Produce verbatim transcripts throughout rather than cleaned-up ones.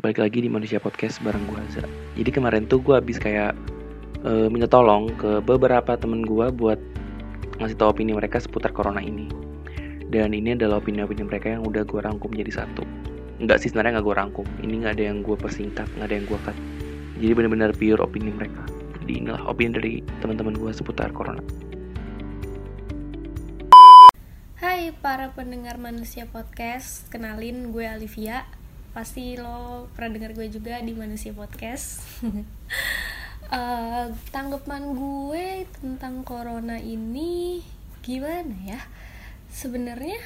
balik lagi di Manusia Podcast bareng gue Azra. Jadi kemarin tuh gue habis kayak e, minta tolong ke beberapa temen gue buat ngasih tau opini mereka seputar corona ini. Dan ini adalah opini-opini mereka yang udah gue rangkum jadi satu. Enggak sih, sebenarnya nggak gue rangkum. Ini nggak ada yang gue persingkat, nggak ada yang gue cut. Jadi benar-benar pure opini mereka. Jadi inilah opini dari teman-teman gue seputar corona. Hai para pendengar Manusia Podcast, kenalin gue Alivia. Pasti lo pernah dengar gue juga di Manusia Podcast. uh, Tanggapan gue tentang corona ini gimana ya? Sebenarnya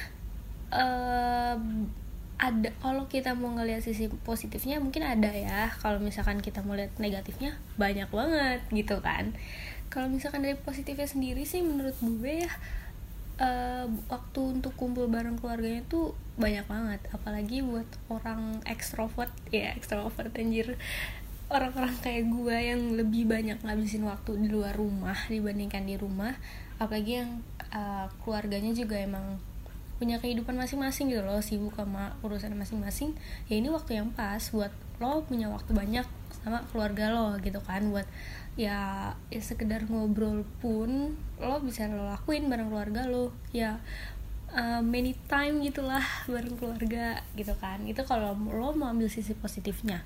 uh, ada, kalau kita mau ngelihat sisi positifnya mungkin ada ya. Kalau misalkan kita mau lihat negatifnya banyak banget gitu kan. Kalau misalkan dari positifnya sendiri sih menurut gue ya, Uh, waktu untuk kumpul bareng keluarganya tuh banyak banget, apalagi buat orang ekstrovert ya, ekstrovert anjir, orang-orang kayak gue yang lebih banyak ngabisin waktu di luar rumah dibandingkan di rumah, apalagi yang uh, keluarganya juga emang punya kehidupan masing-masing gitu loh, sibuk sama urusan masing-masing. Ya ini waktu yang pas buat lo punya waktu banyak sama keluarga lo gitu kan, buat ya ya sekedar ngobrol pun lo bisa lo lakuin bareng keluarga lo ya, uh, many time gitulah bareng keluarga gitu kan. Itu kalau lo mau ambil sisi positifnya.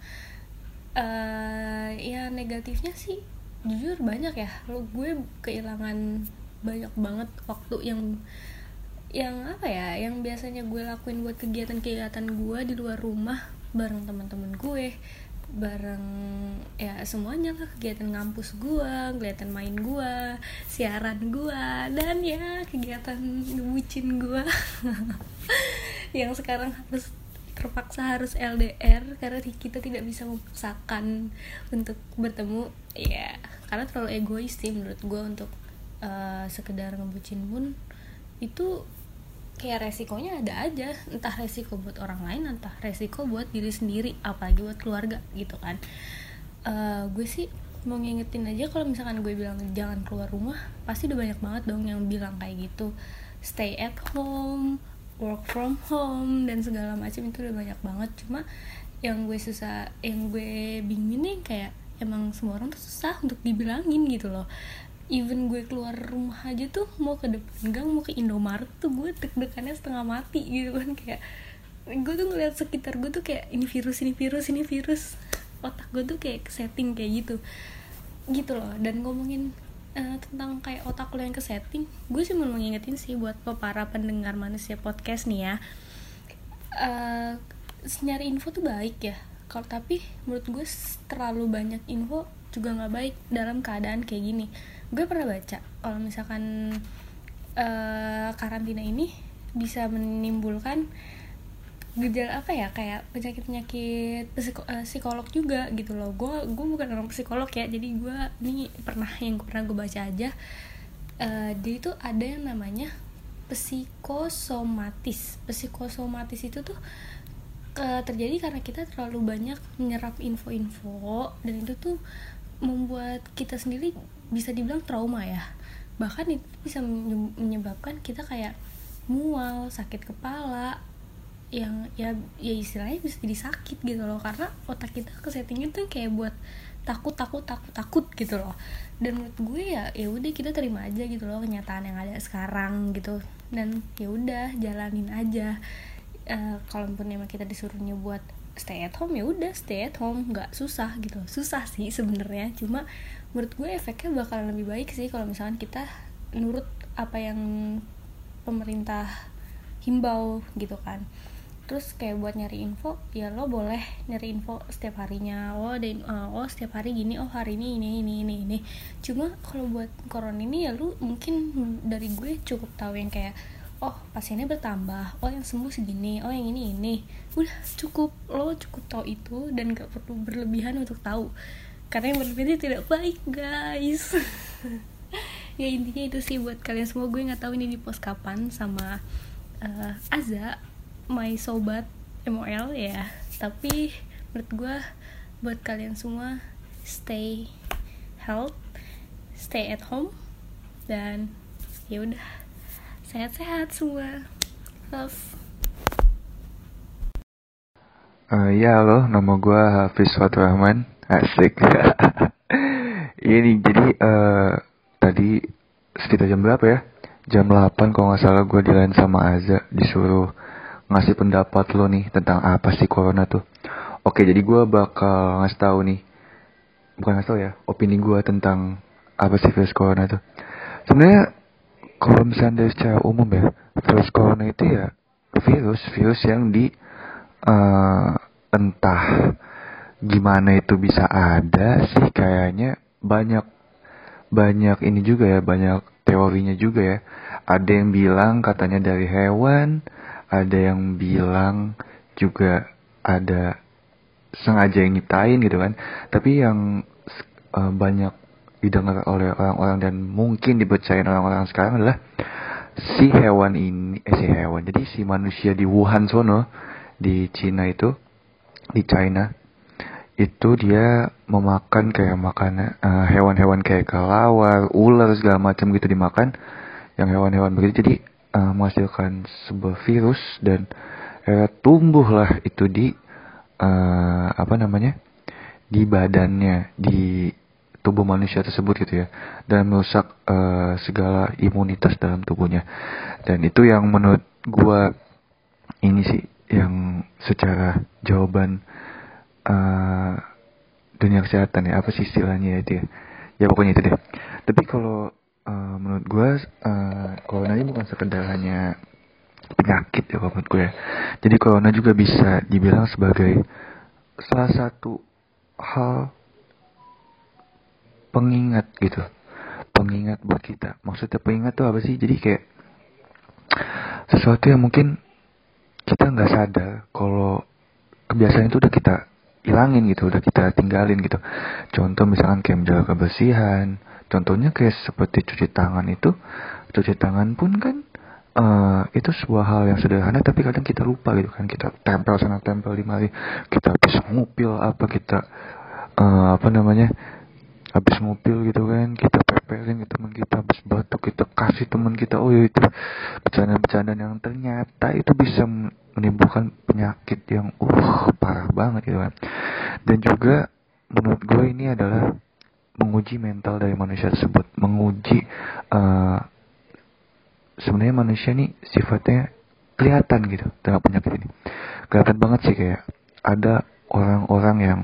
Uh, ya negatifnya sih jujur banyak ya, lo gue kehilangan banyak banget waktu yang yang apa ya yang biasanya gue lakuin buat kegiatan-kegiatan gue di luar rumah bareng teman-teman gue, bareng ya semuanya lah, kegiatan ngampus gue, kegiatan main gue, siaran gue, dan ya kegiatan ngebucin gue yang sekarang harus terpaksa harus L D R karena kita tidak bisa memaksakan untuk bertemu ya, karena terlalu egois sih menurut gue untuk uh, sekedar ngebucin pun itu kayak resikonya ada aja, entah resiko buat orang lain, entah resiko buat diri sendiri, apalagi buat keluarga gitu kan. Uh, gue sih mau ngingetin aja, kalau misalkan gue bilang jangan keluar rumah, pasti udah banyak banget dong yang bilang kayak gitu, stay at home, work from home, dan segala macam itu udah banyak banget. Cuma yang gue susah, yang gue bingungin nih kayak emang semua orang tuh susah untuk dibilangin gitu loh. Even gue keluar rumah aja tuh mau ke depan gang, mau ke Indomaret tuh gue deg-degannya setengah mati gitu kan, kayak gue tuh ngeliat sekitar gue tuh kayak ini virus, ini virus, ini virus, otak gue tuh kayak setting kayak gitu gitu loh. Dan ngomongin uh, tentang kayak otak lo yang ke setting, gue sih mau ngingetin sih buat lo para pendengar Manusia Podcast nih ya, uh, nyari info tuh baik ya, kalau tapi menurut gue terlalu banyak info juga nggak baik dalam keadaan kayak gini. Gue pernah baca kalau misalkan uh, karantina ini bisa menimbulkan gejala apa ya, kayak penyakit-penyakit psiko, uh, psikolog juga gitu loh. Gue gue bukan orang psikolog ya, jadi gue ini pernah yang pernah gue baca aja. Uh, dia itu ada yang namanya psikosomatis. Psikosomatis itu tuh uh, terjadi karena kita terlalu banyak menyerap info-info, dan itu tuh membuat kita sendiri bisa dibilang trauma ya. Bahkan itu bisa menyebabkan kita kayak mual, sakit kepala, yang ya ya istilahnya bisa jadi sakit gitu loh, karena otak kita kesettingnya tuh kayak buat takut takut takut takut gitu loh. Dan menurut gue ya ya udah kita terima aja gitu loh kenyataan yang ada sekarang gitu, dan ya udah jalanin aja. Uh, kalaupun emang kita disuruhnya buat stay at home, ya udah stay at home, nggak susah gitu. Susah sih sebenarnya, cuma menurut gue efeknya bakalan lebih baik sih kalau misalkan kita nurut apa yang pemerintah himbau gitu kan. Terus kayak buat nyari info, ya lo boleh nyari info setiap harinya. Oh, ada uh, oh setiap hari gini, oh hari ini ini ini ini ini. Cuma kalau buat corona ini ya lu mungkin dari gue cukup tahu yang kayak oh pasiennya bertambah, oh yang sembuh segini, oh yang ini ini, udah cukup, lo cukup tahu itu dan gak perlu berlebihan untuk tahu, karena yang berlebihan tidak baik guys. Ya intinya itu sih buat kalian semua. Gue nggak tahu ini di post kapan sama uh, Aza, my sobat M O L ya, tapi menurut gue buat kalian semua stay health, stay at home, dan ya udah sehat-sehat semua. Love. Eh, ya halo, nama gue Hafiz Fatur Rahman. Asik. Ini jadi eh tadi sekitar jam berapa ya? Jam delapan kalau nggak salah gue di line sama Aza, disuruh ngasih pendapat lo nih tentang apa sih corona tuh. Oke, jadi gue bakal ngasih tahu nih, bukan ngasih tahu ya, opini gue tentang apa sih virus corona tuh. Sebenarnya kalau misalnya dari secara umum ya, virus corona itu ya virus virus yang di eh entah gimana itu bisa ada sih, kayaknya banyak banyak ini juga ya, banyak teorinya juga ya. Ada yang bilang katanya dari hewan, ada yang bilang juga ada sengaja yang nyiptain gitu kan. Tapi yang uh, banyak didengar oleh orang-orang dan mungkin dipercayain orang-orang sekarang adalah si hewan ini, eh si hewan, jadi si manusia di Wuhan sono, di Cina itu, di China, itu dia memakan kayak makanan uh, hewan-hewan kayak kelawar, ular segala macam gitu dimakan, yang hewan-hewan begitu. Jadi uh, menghasilkan sebuah virus dan uh, tumbuhlah itu di uh, apa namanya di badannya, di tubuh manusia tersebut gitu ya, dan merusak uh, segala imunitas dalam tubuhnya. Dan itu yang menurut gua ini sih yang secara jawaban uh, dunia kesehatan ya, apa sih istilahnya itu ya, ya pokoknya itu deh. Tapi kalau uh, menurut gue uh, corona ini bukan sekedar hanya penyakit ya kalau menurut gue ya. Jadi corona juga bisa dibilang sebagai salah satu hal pengingat gitu, pengingat buat kita. Maksudnya pengingat tuh apa sih? Jadi kayak sesuatu yang mungkin kita nggak sadar kalau kebiasaan itu udah kita hilangin gitu, udah kita tinggalin gitu. Contoh misalkan kayak menjaga kebersihan, contohnya kayak seperti cuci tangan itu, cuci tangan pun kan uh, itu sebuah hal yang sederhana, tapi kadang kita lupa gitu kan, kita tempel sana tempel di mari, kita habis ngupil apa kita uh, apa namanya habis ngupil gitu kan, kita pepelin ke teman kita, habis batuk kita kasih teman kita. Oh ya, itu bercandaan-bercandaan yang ternyata itu bisa menimbulkan penyakit yang uh parah banget gitu kan. Dan juga menurut gue ini adalah menguji mental dari manusia tersebut, menguji uh, sebenarnya manusia nih sifatnya kelihatan gitu dengan penyakit ini. Kelihatan banget sih, kayak ada orang-orang yang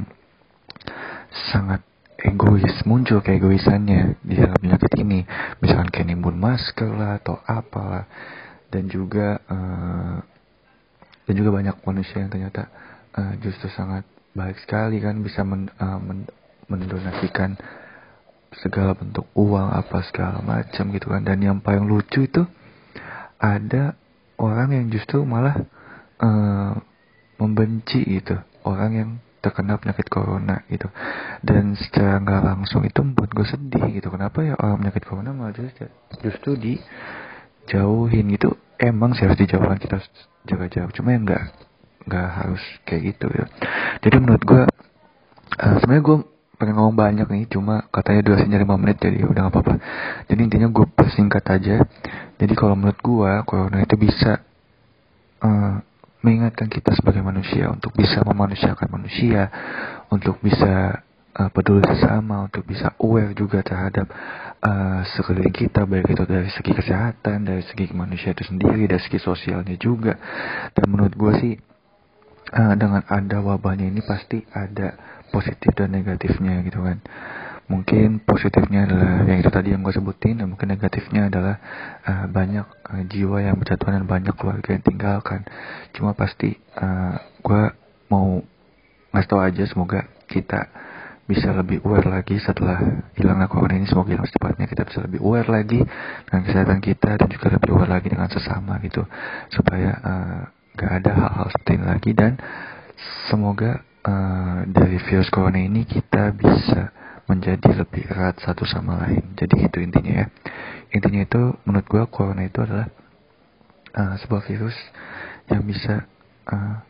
sangat egois, muncul keegoisannya di dalam penyakit ini, misalkan kayak nimbun masker lah atau apalah. Dan juga uh, dan juga banyak manusia yang ternyata uh, justru sangat baik sekali kan, bisa men, uh, men, mendonasikan segala bentuk uang apa segala macam gitu kan. Dan yang paling lucu itu ada orang yang justru malah uh, membenci gitu orang yang terkena penyakit corona gitu. Dan secara nggak langsung itu membuat gue sedih gitu. Kenapa ya orang penyakit corona malah justru, justru dijauhin gitu. Emang sih harus dijauhkan, kita jaga jarak, cuma yang nggak nggak harus kayak gitu ya. Jadi menurut gue uh, sebenarnya gue pengen ngomong banyak nih, cuma katanya durasinya lima menit, jadi udah nggak apa-apa. Jadi intinya gue persingkat aja. Jadi kalau menurut gue corona itu bisa uh, mengingatkan kita sebagai manusia untuk bisa memanusiakan manusia, untuk bisa uh, peduli sesama, untuk bisa aware juga terhadap uh, sekeliling kita, baik itu dari segi kesehatan, dari segi manusia itu sendiri, dari segi sosialnya juga. Dan menurut gue sih uh, dengan ada wabahnya ini pasti ada positif dan negatifnya gitu kan. Mungkin positifnya adalah yang itu tadi yang gue sebutin, dan mungkin negatifnya adalah uh, banyak uh, jiwa yang berjatuhan dan banyak keluarga yang tinggalkan. Cuma pasti uh, gue mau ngasih tau aja, semoga kita bisa lebih aware lagi setelah hilangnya corona ini. Semoga hilang secepatnya, kita bisa lebih aware lagi dengan kesehatan kita, dan juga lebih aware lagi dengan sesama gitu, supaya uh, gak ada hal-hal seperti ini lagi. Dan semoga uh, dari virus corona ini kita bisa menjadi lebih erat satu sama lain. Jadi itu intinya ya. Intinya itu menurut gue corona itu adalah uh, sebuah virus yang bisa uh,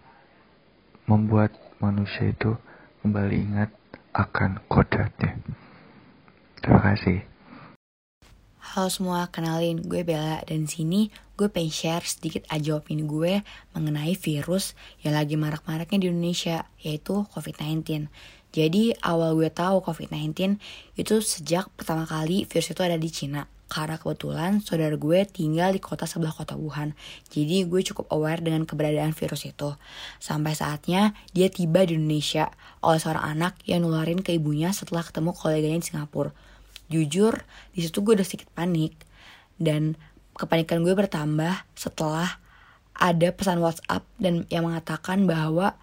membuat manusia itu kembali ingat akan kodratnya. Terima kasih. Halo semua, kenalin gue Bella dan di sini gue pengen share sedikit aja opini gue mengenai virus yang lagi marak-maraknya di Indonesia, yaitu covid sembilan belas. Jadi awal gue tahu covid sembilan belas itu sejak pertama kali virus itu ada di Cina. Karena kebetulan saudara gue tinggal di kota sebelah kota Wuhan. Jadi gue cukup aware dengan keberadaan virus itu. Sampai saatnya dia tiba di Indonesia oleh seorang anak yang nularin ke ibunya setelah ketemu koleganya di Singapura. Jujur, di situ gue udah sedikit panik. Dan kepanikan gue bertambah setelah ada pesan WhatsApp dan yang mengatakan bahwa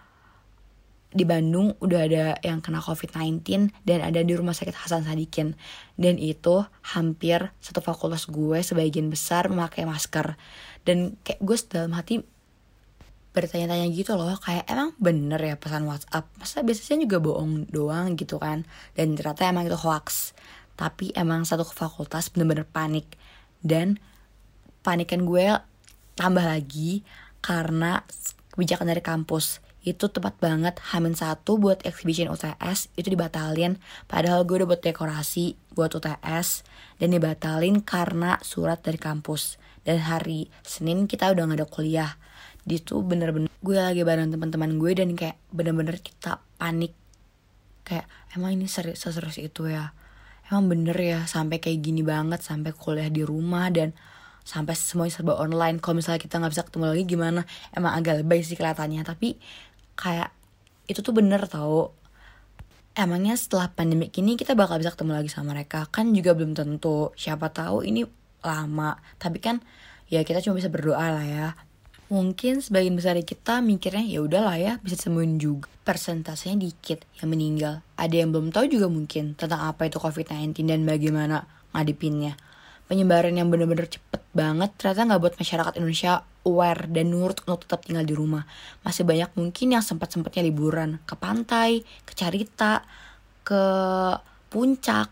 di Bandung udah ada yang kena covid sembilan belas dan ada di rumah sakit Hasan Sadikin. Dan itu hampir satu fakultas gue sebagian besar memakai masker. Dan kayak gue dalam hati bertanya-tanya gitu loh, kayak emang bener ya pesan WhatsApp? Masa biasanya juga bohong doang gitu kan? Dan ternyata emang itu hoax. Tapi emang satu fakultas bener-bener panik. Dan panikan gue tambah lagi karena kebijakan dari kampus. Itu tepat banget Hamin satu buat exhibition U T S itu dibatalin. Padahal gue udah buat dekorasi buat U T S dan dibatalin karena surat dari kampus. Dan hari Senin kita udah gak ada kuliah. Itu bener-bener gue lagi bareng teman-teman gue dan kayak bener-bener kita panik. Kayak emang ini serius serius itu ya. Emang bener ya sampai kayak gini banget, sampai kuliah di rumah dan sampai semuanya serba online. Kalau misalnya kita gak bisa ketemu lagi gimana? Emang agak lebay sih kelihatannya, tapi kayak itu tuh bener tau. Emangnya setelah pandemi ini kita bakal bisa ketemu lagi sama mereka? Kan juga belum tentu. Siapa tahu ini lama. Tapi kan ya kita cuma bisa berdoa lah ya. Mungkin sebagian besar dari kita mikirnya ya udahlah ya bisa sembuhin juga. Persentasenya dikit yang meninggal. Ada yang belum tahu juga mungkin tentang apa itu covid sembilan belas dan bagaimana ngadepinnya. Penyebaran yang benar-benar cepet banget ternyata gak buat masyarakat Indonesia aware dan nurut untuk tetap tinggal di rumah. Masih banyak mungkin yang sempat-sempatnya liburan ke pantai, ke Carita, ke puncak.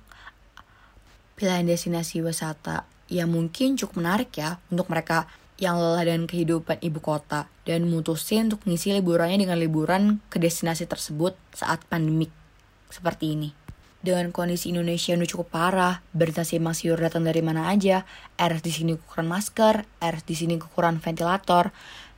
Pilihan destinasi wisata yang mungkin cukup menarik ya untuk mereka yang lelah dengan kehidupan ibu kota dan mutusin untuk ngisi liburannya dengan liburan ke destinasi tersebut saat pandemik seperti ini. Dengan kondisi Indonesia yang udah cukup parah, berita simpang siur datang dari mana aja, R S di sini kekurangan masker, R S di sini kekurangan ventilator,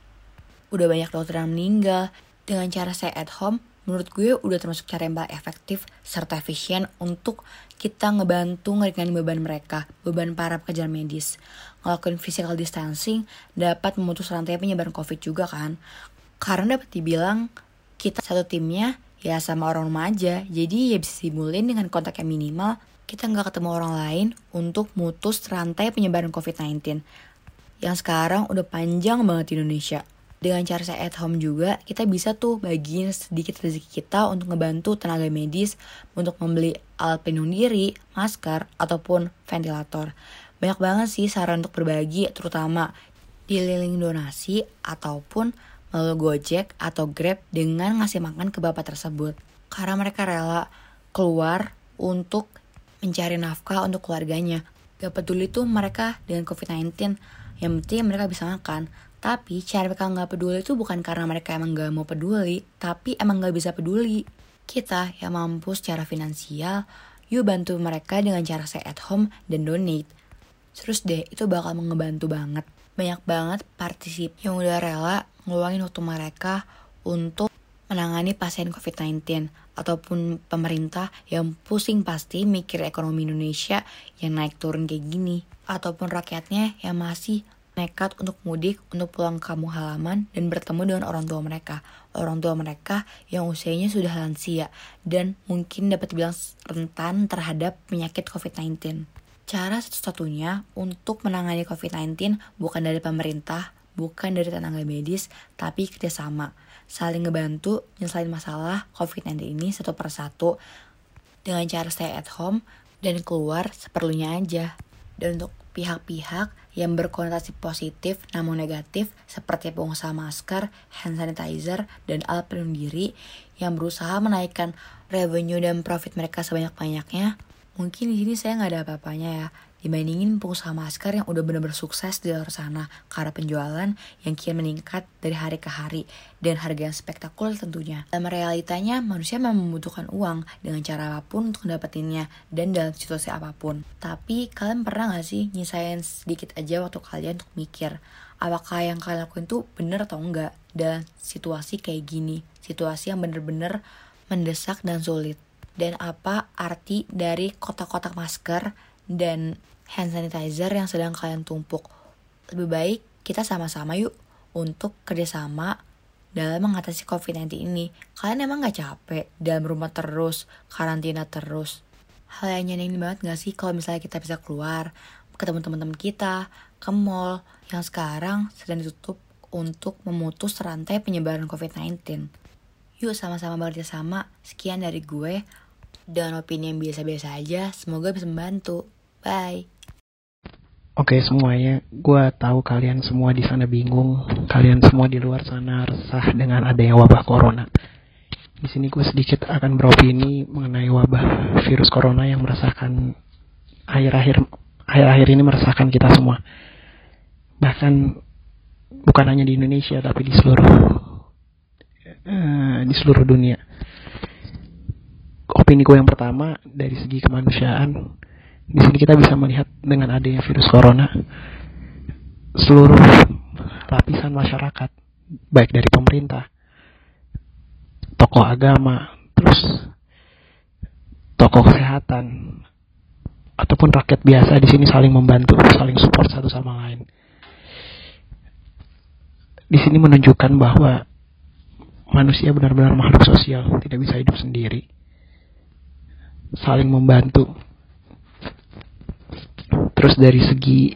udah banyak dokter yang meninggal. Dengan cara stay at home, menurut gue udah termasuk cara yang paling efektif serta efisien untuk kita ngebantu ngeringanin beban mereka, beban para pekerja medis. Ngelakuin physical distancing dapat memutus rantai penyebaran COVID juga kan. Karena dapat dibilang kita satu timnya ya sama orang rumah aja. Jadi ya bisa simulin dengan kontak yang minimal. Kita gak ketemu orang lain untuk mutus rantai penyebaran covid sembilan belas. Yang sekarang udah panjang banget di Indonesia. Dengan cara stay at home juga, kita bisa tuh bagiin sedikit rezeki kita untuk ngebantu tenaga medis untuk membeli alat pelindung diri, masker, ataupun ventilator. Banyak banget sih saran untuk berbagi, terutama di link donasi ataupun melalui Gojek atau Grab dengan ngasih makan ke bapak tersebut. Karena mereka rela keluar untuk mencari nafkah untuk keluarganya. Gak peduli tuh mereka dengan covid sembilan belas, yang penting mereka bisa makan. Tapi cara mereka gak peduli itu bukan karena mereka emang gak mau peduli, tapi emang gak bisa peduli. Kita yang mampu secara finansial, yuk bantu mereka dengan cara stay at home dan donate. Terus deh, itu bakal ngebantu banget. Banyak banget partisip yang udah rela ngeluangin waktu mereka untuk menangani pasien covid sembilan belas. Ataupun pemerintah yang pusing pasti mikir ekonomi Indonesia yang naik turun kayak gini. Ataupun rakyatnya yang masih nekat untuk mudik, untuk pulang ke kampung halaman dan bertemu dengan orang tua mereka. Orang tua mereka yang usianya sudah lansia dan mungkin dapat dibilang rentan terhadap penyakit covid sembilan belas. Cara satu-satunya untuk menangani covid sembilan belas bukan dari pemerintah, bukan dari tenaga medis, tapi kerjasama. Saling ngebantu nyelesain masalah covid sembilan belas ini satu persatu dengan cara stay at home dan keluar seperlunya aja. Dan untuk pihak-pihak yang berkonotasi positif namun negatif seperti pengusaha masker, hand sanitizer, dan alat pelindung diri yang berusaha menaikkan revenue dan profit mereka sebanyak-banyaknya, mungkin di sini saya nggak ada apa-apanya ya. dibandingin pengusaha masker yang udah bener-bener sukses di luar sana karena penjualan yang kian meningkat dari hari ke hari dan harga yang spektakuler tentunya. Dalam realitanya manusia memang membutuhkan uang dengan cara apapun untuk dapetinnya dan dalam situasi apapun. Tapi kalian pernah gak sih nyisain sedikit aja waktu kalian untuk mikir apakah yang kalian lakuin tuh bener atau enggak dalam situasi kayak gini, situasi yang bener-bener mendesak dan sulit. Dan apa arti dari kotak-kotak masker dan hand sanitizer yang sedang kalian tumpuk. Lebih baik kita sama-sama yuk untuk kerjasama dalam mengatasi covid sembilan belas ini. Kalian emang gak capek dalam rumah terus, karantina terus? Hal yang nyenengin banget gak sih kalau misalnya kita bisa keluar, ketemu teman-teman kita, ke mall yang sekarang sedang ditutup untuk memutus rantai penyebaran covid sembilan belas. Yuk sama-sama bekerja sama. Sekian dari gue. Dengan opini yang biasa-biasa aja, semoga bisa membantu. Bye. Oke semuanya, gue tahu kalian semua di sana bingung, kalian semua di luar sana resah dengan adanya wabah corona. Di sini gue sedikit akan beropini mengenai wabah virus corona yang meresahkan akhir-akhir akhir-akhir ini meresahkan kita semua. Bahkan bukan hanya di Indonesia tapi di seluruh uh, di seluruh dunia. Opini gue yang pertama dari segi kemanusiaan, di sini kita bisa melihat dengan adanya virus corona, seluruh lapisan masyarakat, baik dari pemerintah, tokoh agama, terus tokoh kesehatan, ataupun rakyat biasa di sini saling membantu, saling support satu sama lain. Di sini menunjukkan bahwa manusia benar-benar makhluk sosial, tidak bisa hidup sendiri. Saling membantu. Terus dari segi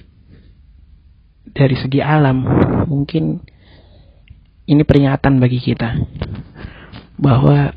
dari segi alam, mungkin ini peringatan bagi kita bahwa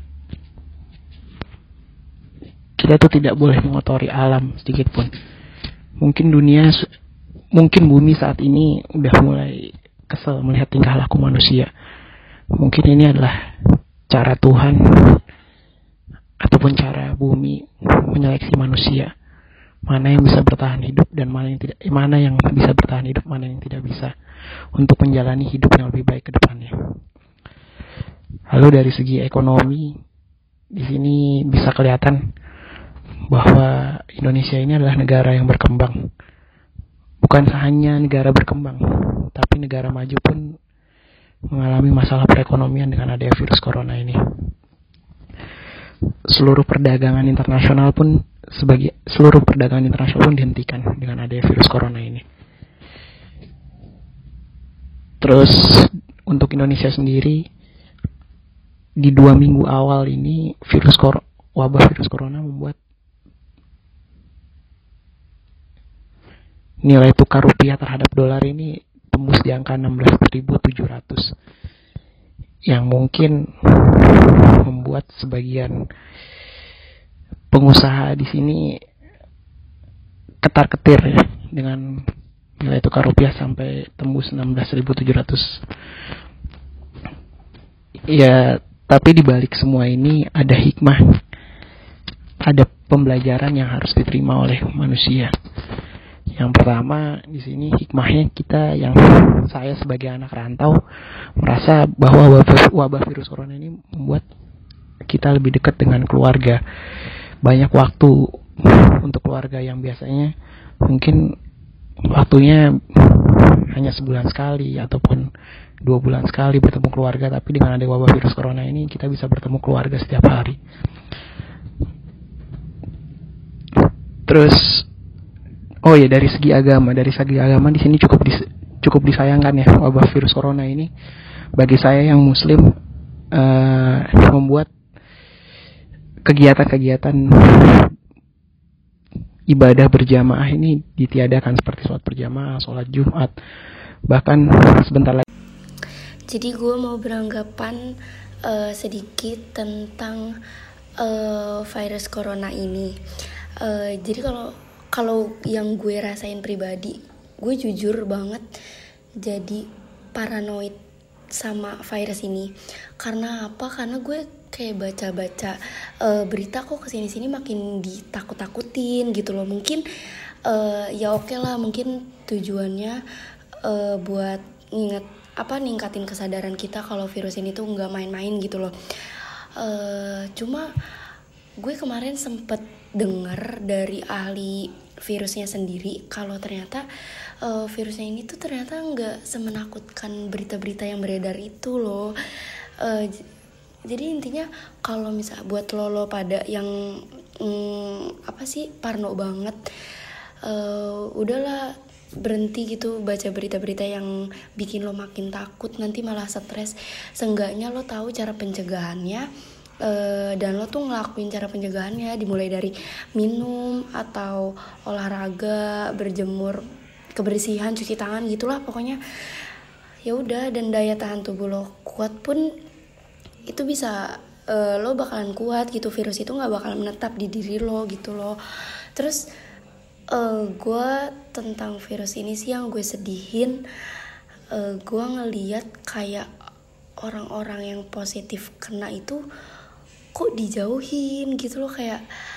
kita tuh tidak boleh mengotori alam sedikit pun. Mungkin dunia, mungkin bumi saat ini udah mulai kesel melihat tingkah laku manusia. Mungkin ini adalah cara Tuhan ataupun cara bumi menyeleksi manusia, mana yang bisa bertahan hidup dan mana yang tidak, mana yang bisa bertahan hidup, mana yang tidak bisa, untuk menjalani hidup yang lebih baik ke depannya. Lalu dari segi ekonomi, di sini bisa kelihatan bahwa Indonesia ini adalah negara yang berkembang. Bukan hanya negara berkembang, tapi negara maju pun mengalami masalah perekonomian dengan adanya virus corona ini. Seluruh perdagangan internasional pun sebagai seluruh perdagangan internasional pun dihentikan dengan adanya virus corona ini. Terus untuk Indonesia sendiri, di dua minggu awal ini virus kor- wabah virus corona membuat nilai tukar rupiah terhadap dolar ini tembus di angka enam belas ribu tujuh ratus, yang mungkin membuat sebagian pengusaha di sini ketar-ketir ya, dengan nilai tukar rupiah sampai tembus enam belas ribu tujuh ratus. Ya, tapi di balik semua ini ada hikmah, ada pembelajaran yang harus diterima oleh manusia. Yang pertama di sini hikmahnya, kita yang saya sebagai anak rantau merasa bahwa wabah, wabah virus corona ini membuat kita lebih dekat dengan keluarga. Banyak waktu untuk keluarga yang biasanya mungkin waktunya hanya sebulan sekali ataupun dua bulan sekali bertemu keluarga, tapi dengan ada wabah virus corona ini kita bisa bertemu keluarga setiap hari. Terus oh ya, dari segi agama, dari segi agama di sini cukup dis, cukup disayangkan ya wabah virus corona ini. Bagi saya yang muslim, uh, membuat kegiatan-kegiatan ibadah berjamaah ini ditiadakan, seperti sholat berjamaah, sholat Jumat, bahkan sebentar lagi. Jadi gue mau beranggapan uh, sedikit tentang uh, virus corona ini. Uh, jadi kalau Kalau yang gue rasain pribadi, gue jujur banget jadi paranoid sama virus ini. Karena apa? Karena gue kayak baca-baca uh, berita kok kesini-sini makin ditakut-takutin gitu loh. Mungkin uh, ya oke lah mungkin tujuannya uh, buat nginget apa ningkatin kesadaran kita kalau virus ini tuh nggak main-main gitu loh. Uh, cuma gue kemarin sempet denger dari ahli virusnya sendiri kalau ternyata uh, virusnya ini tuh ternyata nggak semenakutkan berita-berita yang beredar itu loh. Uh, j- jadi intinya kalau misal buat lo lo pada yang mm, apa sih parno banget, uh, udahlah berhenti gitu baca berita-berita yang bikin lo makin takut, nanti malah stres. Seenggaknya lo tahu cara pencegahannya, uh, dan lo tuh ngelakuin cara pencegahannya dimulai dari minum atau olahraga, berjemur, kebersihan, cuci tangan gitulah pokoknya. Ya udah, dan daya tahan tubuh lo kuat pun itu bisa uh, lo bakalan kuat gitu, virus itu nggak bakalan menetap di diri lo gitu loh. Terus uh, gue tentang virus ini sih yang gue sedihin, uh, gue ngeliat kayak orang-orang yang positif kena itu kok dijauhin gitu loh, kayak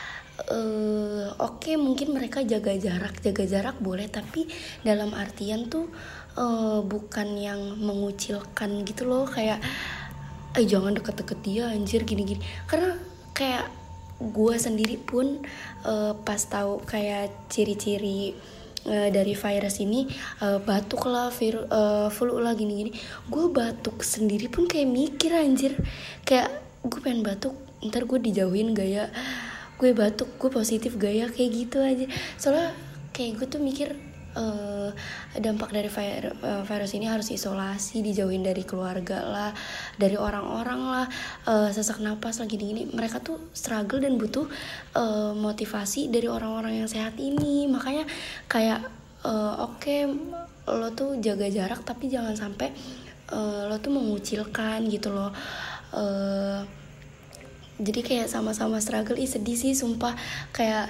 uh, oke okay, mungkin mereka jaga jarak jaga jarak boleh, tapi dalam artian tuh uh, bukan yang mengucilkan gitu loh, kayak eh jangan deket-deket dia anjir gini-gini. Karena kayak gue sendiri pun uh, pas tahu kayak ciri-ciri uh, dari virus ini, uh, batuk lah, viru, uh, flu lah gini-gini, gue batuk sendiri pun kayak mikir anjir, kayak gue pengen batuk ntar gue dijauhin gak ya, gue batuk gue positif gak ya, kayak gitu aja. Soalnya kayak gue tuh mikir Uh, dampak dari vir, uh, virus ini harus isolasi, dijauhin dari keluarga lah, dari orang-orang lah, uh, sesak napas lagi gini-gini. Mereka tuh struggle dan butuh uh, motivasi dari orang-orang yang sehat ini. Makanya kayak uh, oke okay, lo tuh jaga jarak tapi jangan sampai uh, lo tuh mengucilkan gitu loh. Uh, jadi kayak sama-sama struggle. Ih sedih sih sumpah, kayak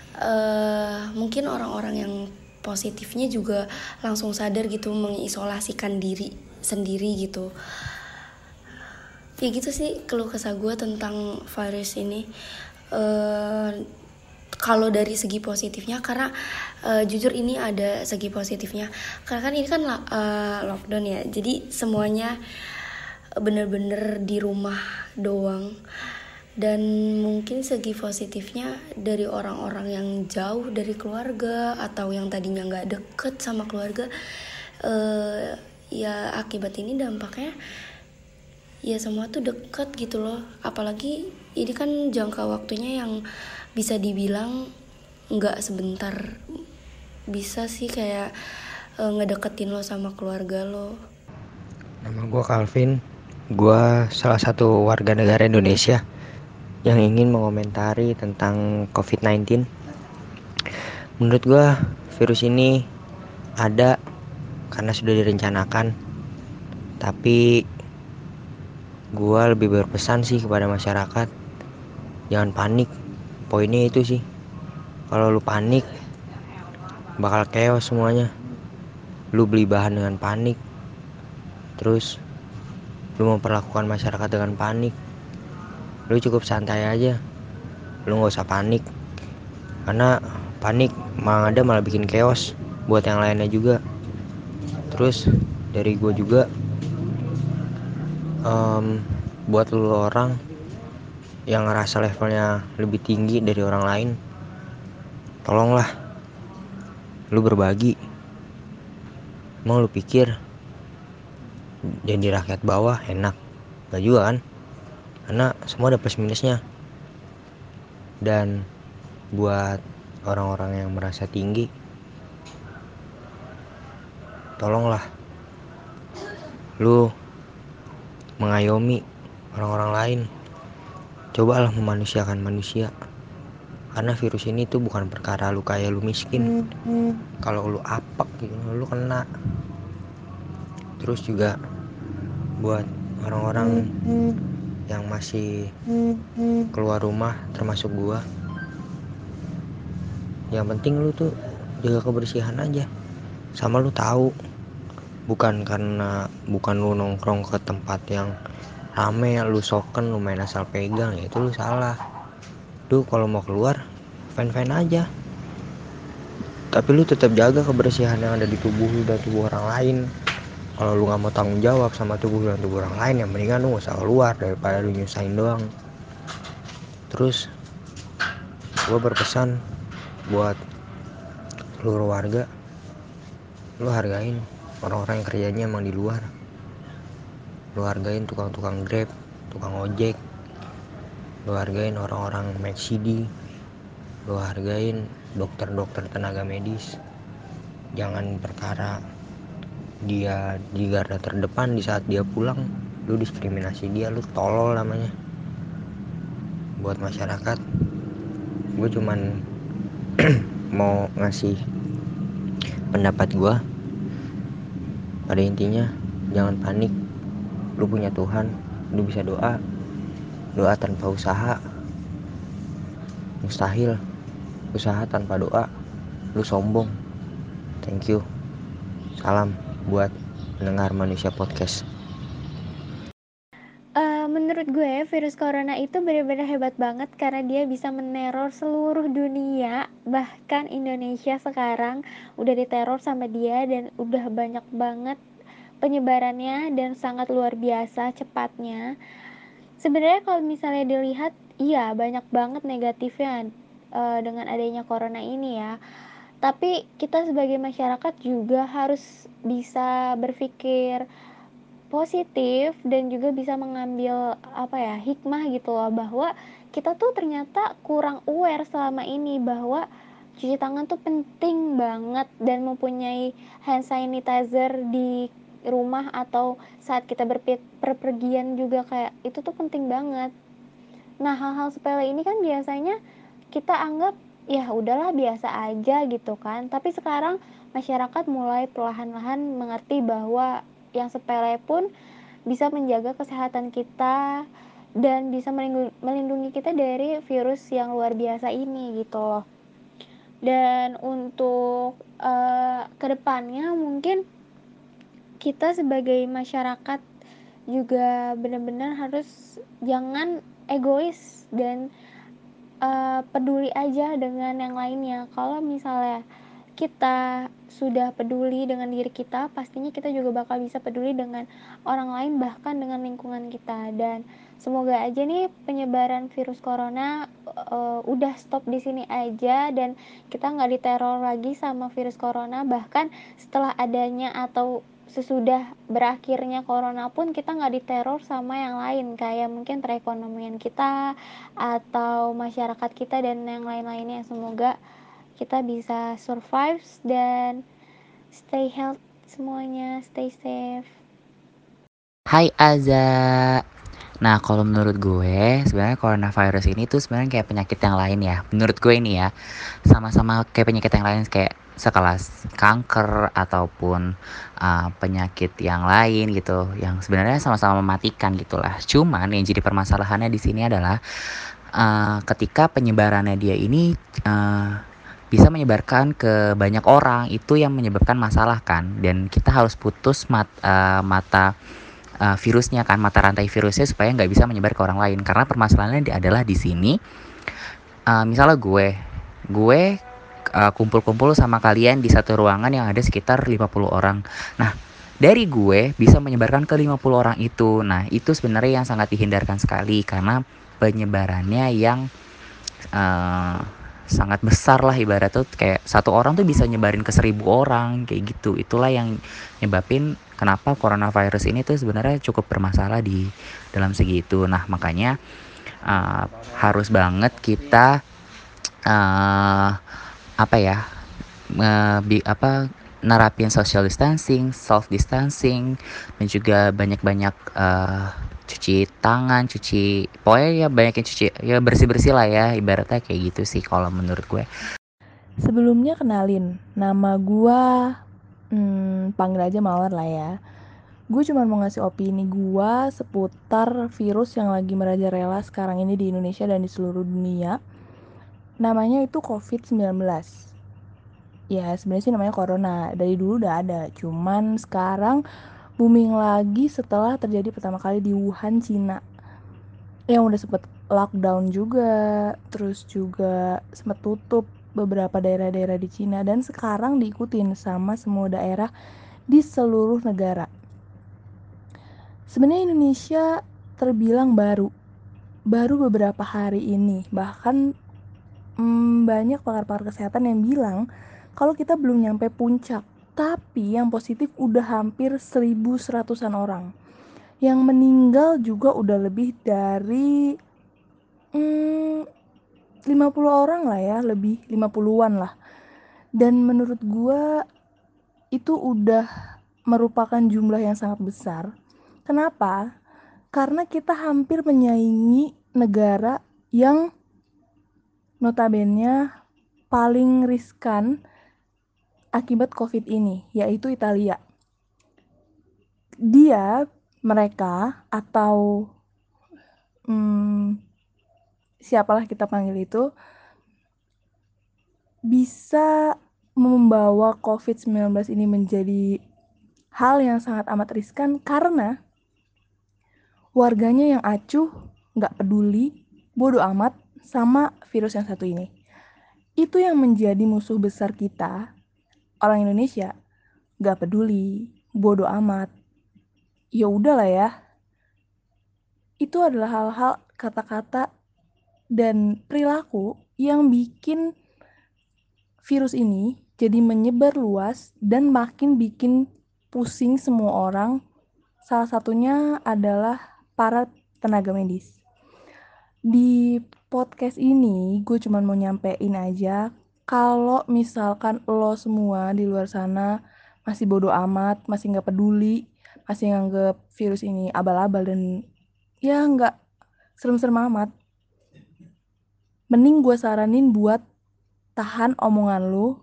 uh, mungkin orang-orang yang positifnya juga langsung sadar gitu, mengisolasikan diri sendiri gitu. Ya gitu sih keluh kesah gue tentang virus ini. Uh, kalau dari segi positifnya, karena uh, jujur ini ada segi positifnya, karena kan ini kan uh, lockdown ya, jadi semuanya bener-bener di rumah doang. Dan mungkin segi positifnya dari orang-orang yang jauh dari keluarga atau yang tadinya gak deket sama keluarga, uh, ya akibat ini dampaknya ya semua tuh deket gitu loh. Apalagi ini kan jangka waktunya yang bisa dibilang gak sebentar, bisa sih kayak uh, ngedeketin lo sama keluarga lo. Nama gue Calvin, gue salah satu warga negara Indonesia yang ingin mengomentari tentang covid sembilan belas. Menurut gue virus ini ada karena sudah direncanakan, tapi gue lebih berpesan sih kepada masyarakat, jangan panik. Poinnya itu sih, kalau lu panik bakal chaos semuanya. Lu beli bahan dengan panik, terus lu memperlakukan masyarakat dengan panik. Lu cukup santai aja, lu gak usah panik, karena panik malah ada malah bikin chaos buat yang lainnya juga. Terus dari gue juga, um, buat lu orang yang ngerasa levelnya lebih tinggi dari orang lain, tolonglah lu berbagi. Emang lu pikir jadi rakyat bawah enak? Gak juga kan, karena semua ada plus minusnya. Dan buat orang-orang yang merasa tinggi, tolonglah lu mengayomi orang-orang lain. Cobalah memanusiakan manusia, karena virus ini tuh bukan perkara lu kaya lu miskin. Kalau lu apek gitu lu kena. Terus juga buat orang-orang yang masih keluar rumah termasuk gua, yang penting lu tuh jaga kebersihan aja. Sama lu tahu, bukan karena bukan lu nongkrong ke tempat yang rame lu soken, lu main asal pegang, ya itu lu salah. Lu kalau mau keluar fine-fine aja, tapi lu tetap jaga kebersihan yang ada di tubuh lu dan tubuh orang lain. Kalau lu nggak mau tanggung jawab sama tubuh lu dan tubuh orang lain, yang mendingan lu nggak usah keluar daripada lu nyusahin doang. Terus gue berpesan buat seluruh warga, lu hargain orang-orang yang kerjanya emang di luar. Lu hargain tukang-tukang Grab, tukang ojek. Lu hargain orang-orang McD. Lu hargain dokter-dokter tenaga medis. Jangan perkara dia di garda terdepan di saat dia pulang lu diskriminasi dia, lu tolol namanya. Buat masyarakat, gue cuman mau ngasih pendapat gue. Pada intinya jangan panik, lu punya Tuhan, lu bisa doa. Doa tanpa usaha mustahil, usaha tanpa doa lu sombong. Thank you. Salam buat pendengar Manusia Podcast. Uh, menurut gue virus corona itu benar-benar hebat banget karena dia bisa meneror seluruh dunia. Bahkan Indonesia sekarang udah diteror sama dia dan udah banyak banget penyebarannya dan sangat luar biasa cepatnya. Sebenarnya kalau misalnya dilihat, iya banyak banget negatifnya uh, dengan adanya corona ini ya. Tapi kita sebagai masyarakat juga harus bisa berpikir positif dan juga bisa mengambil apa ya hikmah gitu loh, bahwa kita tuh ternyata kurang aware selama ini bahwa cuci tangan tuh penting banget, dan mempunyai hand sanitizer di rumah atau saat kita berpergian juga kayak itu tuh penting banget. Nah, hal-hal sepele ini kan biasanya kita anggap ya udahlah biasa aja gitu kan. Tapi sekarang masyarakat mulai perlahan-lahan mengerti bahwa yang sepele pun bisa menjaga kesehatan kita dan bisa melindungi kita dari virus yang luar biasa ini gitu loh. Dan untuk uh, kedepannya mungkin kita sebagai masyarakat juga benar-benar harus jangan egois dan uh, peduli aja dengan yang lainnya. Kalau misalnya kita sudah peduli dengan diri kita, pastinya kita juga bakal bisa peduli dengan orang lain, bahkan dengan lingkungan kita. Dan semoga aja nih penyebaran virus corona uh, udah stop di sini aja dan kita nggak diteror lagi sama virus corona. Bahkan setelah adanya atau sesudah berakhirnya corona pun kita nggak diteror sama yang lain, kayak mungkin perekonomian kita atau masyarakat kita dan yang lain-lainnya. Semoga kita bisa survive dan stay healthy semuanya, stay safe. Hai Aza. Nah, kalau menurut gue sebenarnya coronavirus ini tuh sebenarnya kayak penyakit yang lain ya. Menurut gue ini ya, sama-sama kayak penyakit yang lain, kayak sekelas kanker ataupun uh, penyakit yang lain gitu, yang sebenarnya sama-sama mematikan gitulah. Cuman yang jadi permasalahannya di sini adalah uh, ketika penyebarannya dia ini uh, bisa menyebarkan ke banyak orang, itu yang menyebabkan masalah kan. Dan kita harus putus mat, uh, mata uh, virusnya kan, mata rantai virusnya supaya nggak bisa menyebar ke orang lain. Karena permasalahannya adalah di sini, uh, misalnya gue, gue uh, kumpul-kumpul sama kalian di satu ruangan yang ada sekitar lima puluh orang. Nah, dari gue bisa menyebarkan ke lima puluh orang itu. Nah, itu sebenarnya yang sangat dihindarkan sekali karena penyebarannya yang uh, sangat besar lah, ibarat tuh kayak satu orang tuh bisa nyebarin ke seribu orang kayak gitu. Itulah yang nyebabin kenapa coronavirus ini tuh sebenarnya cukup bermasalah di dalam segi itu. Nah, makanya uh, harus banget kita uh, apa ya uh, bi, apa nerapin social distancing, self distancing, dan juga banyak-banyak uh, cuci tangan, cuci, pokoknya ya banyakin cuci, ya bersih-bersih lah ya, ibaratnya kayak gitu sih kalau menurut gue. Sebelumnya kenalin, nama gue, hmm, panggil aja Mawar lah ya. Gue cuma mau ngasih opini gue seputar virus yang lagi merajalela sekarang ini di Indonesia dan di seluruh dunia. Namanya itu covid sembilan belas. Ya sebenarnya sih namanya corona, dari dulu udah ada, cuman sekarang booming lagi setelah terjadi pertama kali di Wuhan, Cina, yang udah sempet lockdown juga, terus juga sempet tutup beberapa daerah-daerah di Cina dan sekarang diikutin sama semua daerah di seluruh negara. Sebenarnya Indonesia terbilang baru, baru beberapa hari ini. Bahkan hmm, banyak pakar-pakar kesehatan yang bilang kalau kita belum nyampe puncak, tapi yang positif udah hampir seribu seratusan orang. Yang meninggal juga udah lebih dari hmm, lima puluh orang lah ya, lebih lima puluhan lah. Dan menurut gua itu udah merupakan jumlah yang sangat besar. Kenapa? Karena kita hampir menyaingi negara yang notabene paling riskan akibat COVID ini, yaitu Italia. Dia, mereka, atau hmm, siapalah kita panggil itu, bisa membawa covid sembilan belas ini menjadi hal yang sangat amat riskan karena warganya yang acuh, gak peduli, bodoh amat sama virus yang satu ini. Itu yang menjadi musuh besar kita, orang Indonesia. Gak peduli, bodoh amat. Ya udahlah ya. Itu adalah hal-hal, kata-kata dan perilaku yang bikin virus ini jadi menyebar luas dan makin bikin pusing semua orang. Salah satunya adalah para tenaga medis. Di podcast ini gue cuma mau nyampein aja kalau misalkan lo semua di luar sana masih bodoh amat, masih gak peduli, masih nganggep virus ini abal-abal dan ya gak serem-serem amat, mending gue saranin buat tahan omongan lu,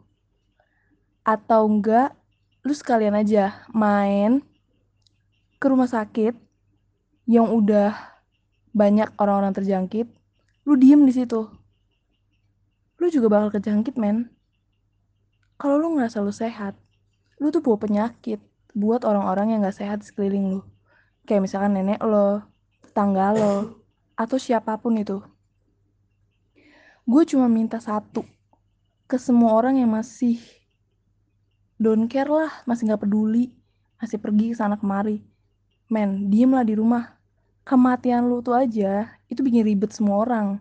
atau enggak lu sekalian aja main ke rumah sakit yang udah banyak orang-orang terjangkit, lu diem di situ. Lu juga bakal kejangkit, men. Kalau lu ngerasa lu sehat, lu tuh bawa penyakit buat orang-orang yang gak sehat di sekeliling lu. Kayak misalkan nenek lo, tetangga lo, atau siapapun itu. Gue cuma minta satu ke semua orang yang masih don't care lah, masih gak peduli, masih pergi kesana kemari. Men, diem lah di rumah. Kematian lu tuh aja, itu bikin ribet semua orang.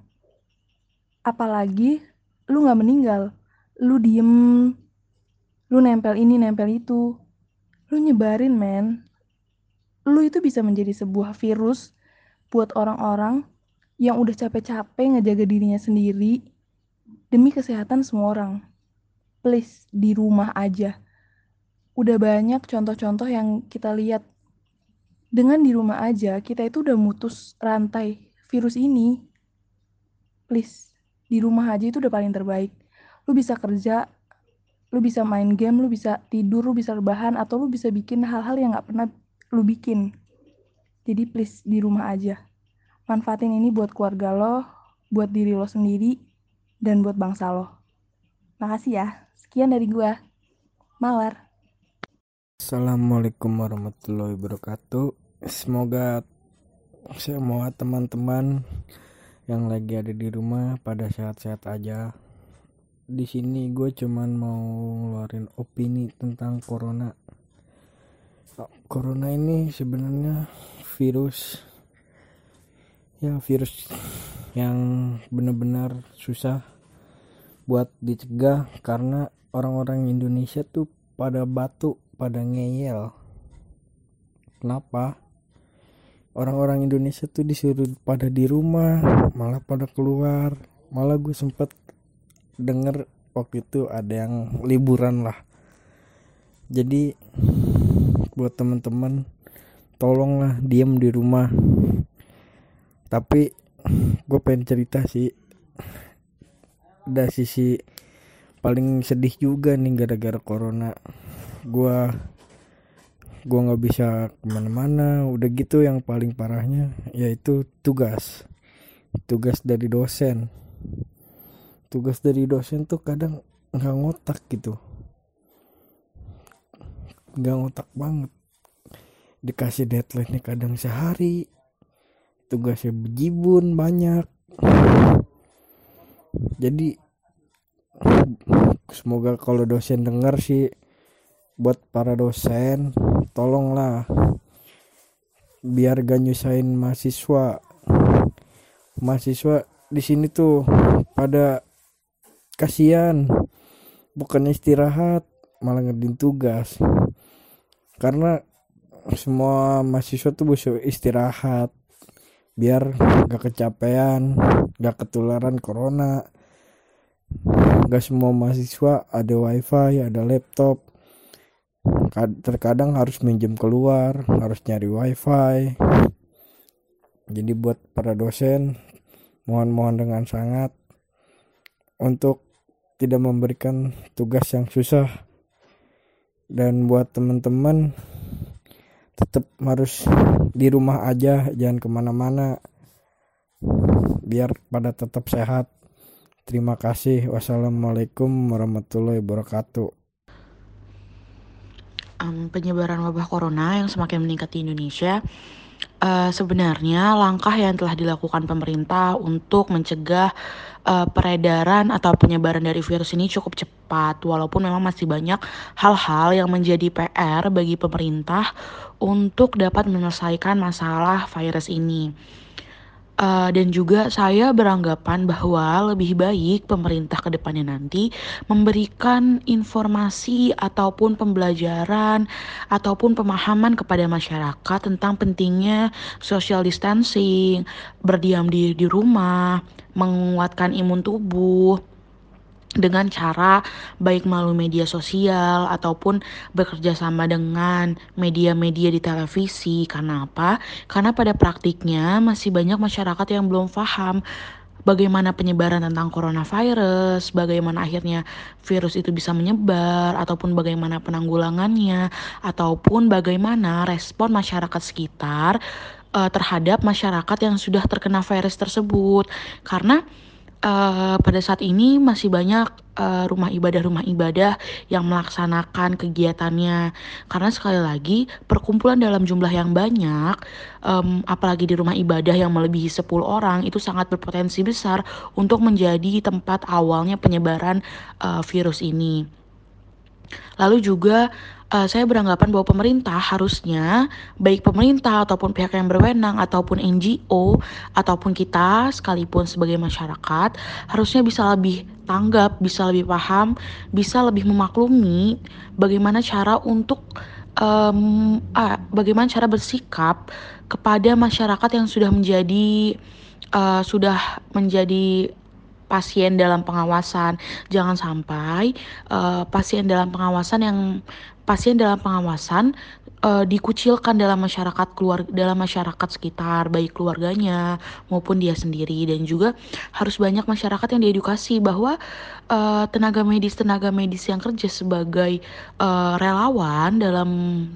Apalagi lu gak meninggal, lu diem, lu nempel ini, nempel itu. Lu nyebarin, men. Lu itu bisa menjadi sebuah virus buat orang-orang yang udah capek-capek ngejaga dirinya sendiri demi kesehatan semua orang. Please, di rumah aja. Udah banyak contoh-contoh yang kita lihat. Dengan di rumah aja, kita itu udah mutus rantai virus ini. Please, di rumah aja itu udah paling terbaik. Lu bisa kerja, lu bisa main game, lu bisa tidur, lu bisa rebahan, atau lu bisa bikin hal-hal yang gak pernah lu bikin. Jadi please, di rumah aja. Manfaatin ini buat keluarga lo, buat diri lo sendiri, dan buat bangsa lo. Makasih ya. Sekian dari gua. Mawar. Assalamualaikum warahmatullahi wabarakatuh. Semoga semua teman-teman yang lagi ada di rumah pada sehat-sehat aja. Di sini gue cuman mau ngeluarin opini tentang corona. Corona ini sebenarnya virus, ya virus yang benar-benar susah buat dicegah karena orang-orang Indonesia tuh pada batuk, pada ngeyel. Kenapa? Orang-orang Indonesia tuh disuruh pada di rumah, malah pada keluar. Malah gue sempet denger waktu itu ada yang liburan lah. Jadi buat teman-teman, tolonglah diem di rumah. Tapi gue pengen cerita sih, ada sisi paling sedih juga nih gara-gara corona. Gue gue nggak bisa kemana-mana. Udah gitu yang paling parahnya yaitu tugas tugas dari dosen. Tugas dari dosen tuh kadang nggak ngotak gitu, nggak ngotak banget. Dikasih deadline-nya kadang sehari, tugasnya bejibun banyak. Jadi semoga kalau dosen dengar sih, buat para dosen tolonglah biar gak nyusahin mahasiswa. Mahasiswa di sini tuh pada kasihan, bukan istirahat malah ngerjain tugas. Karena semua mahasiswa tuh butuh istirahat biar gak kecapean, gak ketularan corona. Gak semua mahasiswa ada wifi, ada laptop. Terkadang harus minjem keluar, harus nyari wifi. Jadi buat para dosen, mohon-mohon dengan sangat untuk tidak memberikan tugas yang susah. Dan buat teman-teman, tetap harus di rumah aja, jangan kemana-mana, biar pada tetap sehat. Terima kasih. Wassalamualaikum warahmatullahi wabarakatuh. Um, penyebaran wabah corona yang semakin meningkat di Indonesia, uh, sebenarnya langkah yang telah dilakukan pemerintah untuk mencegah uh, peredaran atau penyebaran dari virus ini cukup cepat, walaupun memang masih banyak hal-hal yang menjadi P R bagi pemerintah untuk dapat menyelesaikan masalah virus ini. Uh, dan juga saya beranggapan bahwa lebih baik pemerintah ke depannya nanti memberikan informasi ataupun pembelajaran ataupun pemahaman kepada masyarakat tentang pentingnya social distancing, berdiam diri di rumah, menguatkan imun tubuh dengan cara baik melalui media sosial ataupun bekerja sama dengan media-media di televisi. Karena apa? Karena pada praktiknya masih banyak masyarakat yang belum paham bagaimana penyebaran tentang coronavirus, bagaimana akhirnya virus itu bisa menyebar, ataupun bagaimana penanggulangannya, ataupun bagaimana respon masyarakat sekitar uh, terhadap masyarakat yang sudah terkena virus tersebut. Karena Uh, pada saat ini masih banyak uh, rumah ibadah-rumah ibadah yang melaksanakan kegiatannya. Karena sekali lagi perkumpulan dalam jumlah yang banyak, um, apalagi di rumah ibadah yang melebihi sepuluh orang, itu sangat berpotensi besar untuk menjadi tempat awalnya penyebaran uh, virus ini. Lalu juga uh, saya beranggapan bahwa pemerintah harusnya, baik pemerintah ataupun pihak yang berwenang ataupun N G O ataupun kita sekalipun sebagai masyarakat, harusnya bisa lebih tanggap, bisa lebih paham, bisa lebih memaklumi bagaimana cara untuk um, ah, bagaimana cara bersikap kepada masyarakat yang sudah menjadi uh, sudah menjadi pasien dalam pengawasan. Jangan sampai uh, pasien dalam pengawasan yang pasien dalam pengawasan uh, dikucilkan dalam masyarakat keluarga dalam masyarakat sekitar, baik keluarganya maupun dia sendiri. Dan juga harus banyak masyarakat yang diedukasi bahwa uh, tenaga medis tenaga medis yang kerja sebagai uh, relawan dalam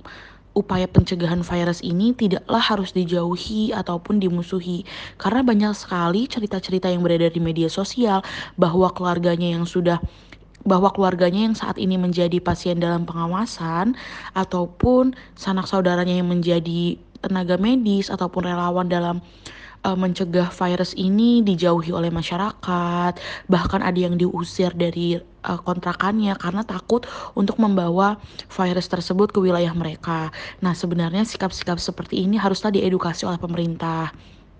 upaya pencegahan virus ini tidaklah harus dijauhi ataupun dimusuhi. Karena banyak sekali cerita-cerita yang beredar di media sosial bahwa keluarganya yang sudah bahwa keluarganya yang saat ini menjadi pasien dalam pengawasan ataupun sanak saudaranya yang menjadi tenaga medis ataupun relawan dalam uh, mencegah virus ini dijauhi oleh masyarakat. Bahkan ada yang diusir dari uh, kontrakannya karena takut untuk membawa virus tersebut ke wilayah mereka. Nah, sebenarnya sikap-sikap seperti ini haruslah diedukasi oleh pemerintah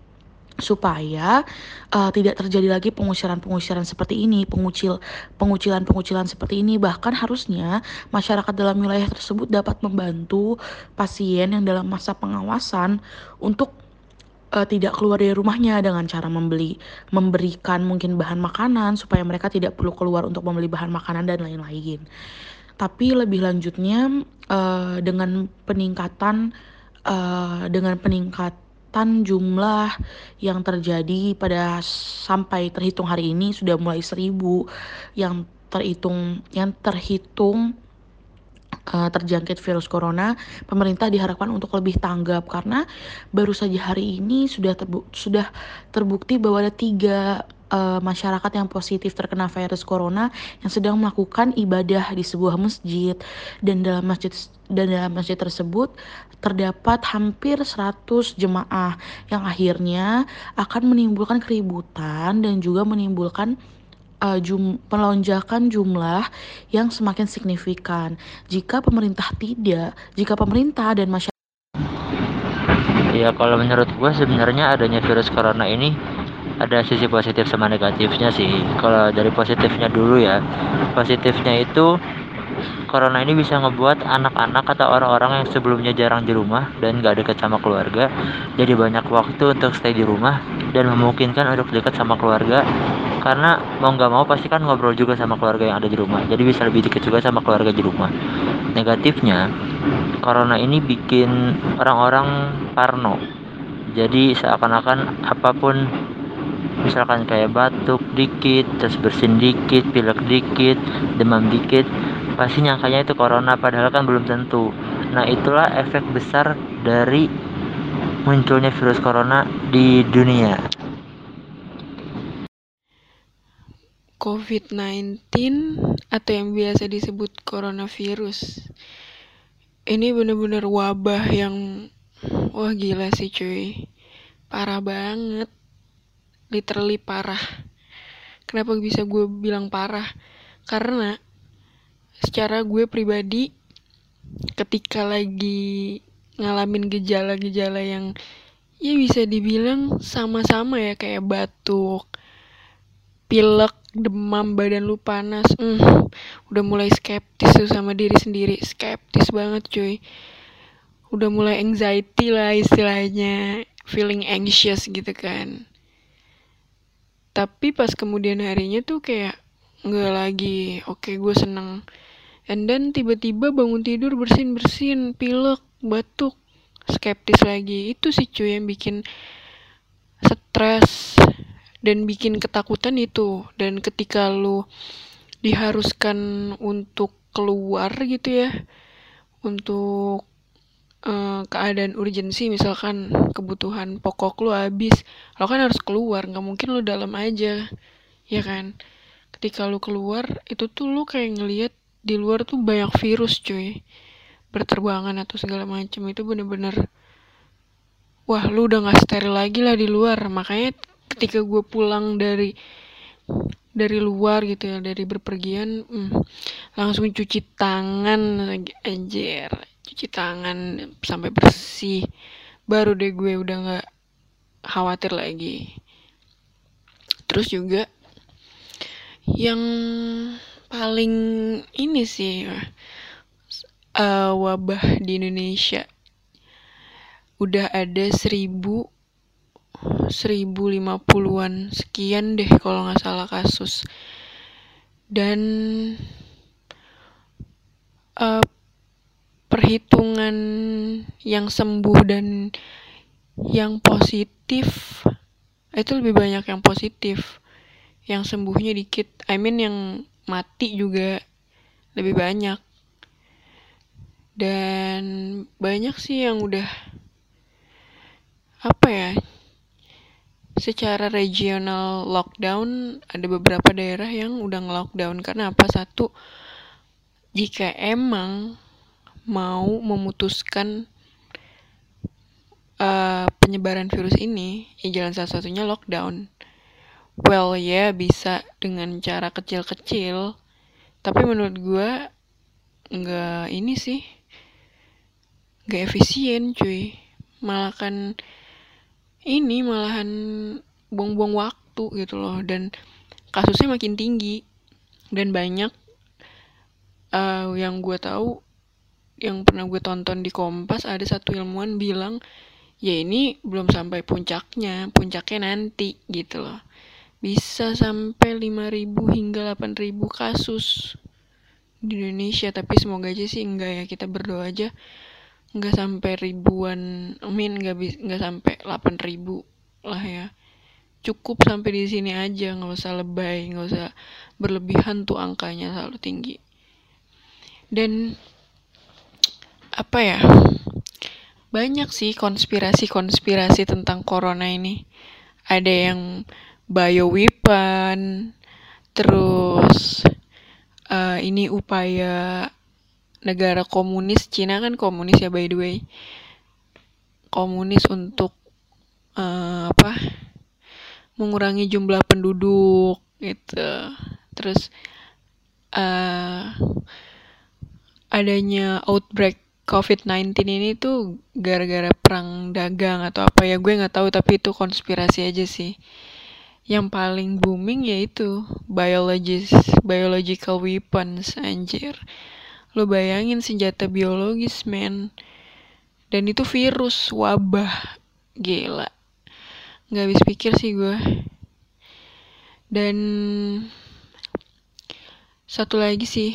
supaya uh, tidak terjadi lagi pengusiran-pengusiran seperti ini, pengucil pengucilan-pengucilan seperti ini. Bahkan harusnya masyarakat dalam wilayah tersebut dapat membantu pasien yang dalam masa pengawasan untuk uh, tidak keluar dari rumahnya dengan cara membeli memberikan mungkin bahan makanan supaya mereka tidak perlu keluar untuk membeli bahan makanan dan lain-lain. Tapi lebih lanjutnya uh, dengan peningkatan uh, dengan peningkatan jumlah yang terjadi pada sampai terhitung hari ini sudah mulai seribu yang terhitung yang terhitung uh, terjangkit virus corona. Pemerintah diharapkan untuk lebih tanggap karena baru saja hari ini sudah terbu- sudah terbukti bahwa ada tiga uh, masyarakat yang positif terkena virus corona yang sedang melakukan ibadah di sebuah masjid, dan dalam masjid dan dalam masjid tersebut terdapat hampir seratus jemaah yang akhirnya akan menimbulkan keributan dan juga menimbulkan uh, jum- pelonjakan jumlah yang semakin signifikan. Jika pemerintah tidak, jika pemerintah dan masyarakat Ya kalau menurut gue sebenarnya adanya virus corona ini ada sisi positif sama negatifnya sih. Kalau dari positifnya dulu ya, positifnya itu corona ini bisa ngebuat anak-anak atau orang-orang yang sebelumnya jarang di rumah dan gak dekat sama keluarga jadi banyak waktu untuk stay di rumah dan memungkinkan untuk dekat sama keluarga, karena mau gak mau pasti kan ngobrol juga sama keluarga yang ada di rumah, jadi bisa lebih dekat juga sama keluarga di rumah. Negatifnya, corona ini bikin orang-orang parno, jadi seakan-akan apapun, misalkan kayak batuk dikit, terus bersin dikit, pilek dikit, demam dikit, pasti nyangkanya itu corona, padahal kan belum tentu. Nah itulah efek besar dari munculnya virus corona di dunia. covid sembilan belas atau yang biasa disebut coronavirus ini bener-bener wabah yang wah gila sih cuy, parah banget, literally parah. Kenapa bisa gue bilang parah? Karena secara gue pribadi ketika lagi ngalamin gejala-gejala yang ya bisa dibilang sama-sama ya, kayak batuk, pilek, demam, badan lu panas, mm, udah mulai skeptis tuh sama diri sendiri, skeptis banget cuy, udah mulai anxiety lah istilahnya, feeling anxious gitu kan. Tapi pas kemudian harinya tuh kayak nggak lagi, oke okay, gue seneng. And then tiba-tiba bangun tidur bersin-bersin, pilek, batuk, skeptis lagi. Itu sih cuy yang bikin stres dan bikin ketakutan itu. Dan ketika lu diharuskan untuk keluar gitu ya, untuk uh, keadaan urgensi, misalkan kebutuhan pokok lu habis, lo kan harus keluar, nggak mungkin lu dalam aja, ya kan? Ketika lu keluar, itu tuh lu kayak ngelihat di luar tuh banyak virus cuy, berterbangan atau segala macam. Itu bener-bener wah lu udah gak steril lagi lah di luar. Makanya ketika gue pulang dari dari luar gitu ya, dari berpergian, hmm, langsung cuci tangan, anjir, cuci tangan sampai bersih, baru deh gue udah gak khawatir lagi. Terus juga yang paling ini sih uh, wabah di Indonesia udah ada seribu seribu lima puluhan sekian deh kalau nggak salah kasus, dan uh, perhitungan yang sembuh dan yang positif itu lebih banyak yang positif, yang sembuhnya dikit. I mean yang mati juga lebih banyak. Dan banyak sih yang udah apa ya, secara regional lockdown. Ada beberapa daerah yang udah nge-lockdown. Karena apa? Satu, jika emang mau memutuskan uh, penyebaran virus ini, ya jalan salah satunya lockdown. Well ya yeah, bisa dengan cara kecil-kecil, tapi menurut gue nggak ini sih, nggak efisien cuy. Malah kan ini malahan buang-buang waktu gitu loh, dan kasusnya makin tinggi. Dan banyak uh, yang gue tahu, yang pernah gue tonton di Kompas, ada satu ilmuwan bilang ya ini belum sampai puncaknya, puncaknya nanti gitu loh. Bisa sampai lima ribu hingga delapan ribu kasus di Indonesia. Tapi semoga aja sih enggak ya, kita berdoa aja enggak sampai ribuan, amin, enggak enggak sampai delapan ribu lah ya. Cukup sampai di sini aja, enggak usah lebay, enggak usah berlebihan tuh angkanya selalu tinggi. Dan apa ya, banyak sih konspirasi-konspirasi tentang corona ini. Ada yang bioweapon, terus uh, ini upaya negara komunis, Cina kan komunis ya by the way, komunis untuk uh, apa mengurangi jumlah penduduk gitu. Terus uh, adanya outbreak covid sembilan belas ini tuh gara-gara perang dagang atau apa ya, gue nggak tahu, tapi itu konspirasi aja sih. Yang paling booming yaitu biologis, biological weapons, anjir. Lo bayangin senjata biologis, men. Dan itu virus, wabah. Gila. Gak habis pikir sih gue. Dan satu lagi sih,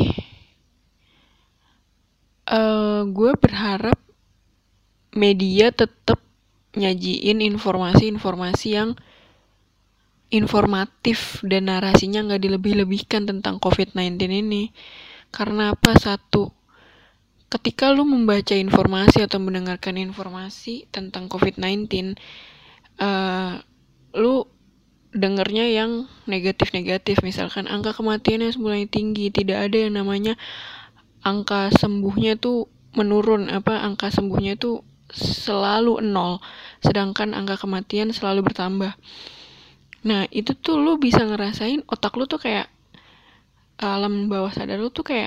uh, gue berharap media tetap nyajiin informasi-informasi yang informatif dan narasinya gak dilebih-lebihkan tentang covid sembilan belas ini. Karena apa? Satu, ketika lu membaca informasi atau mendengarkan informasi tentang covid sembilan belas, uh, lu dengernya yang negatif-negatif. Misalkan angka kematiannya mulai tinggi, tidak ada yang namanya angka sembuhnya tuh menurun, apa angka sembuhnya tuh selalu nol, sedangkan angka kematian selalu bertambah. Nah, itu tuh lu bisa ngerasain otak lu tuh kayak alam bawah sadar lu tuh kayak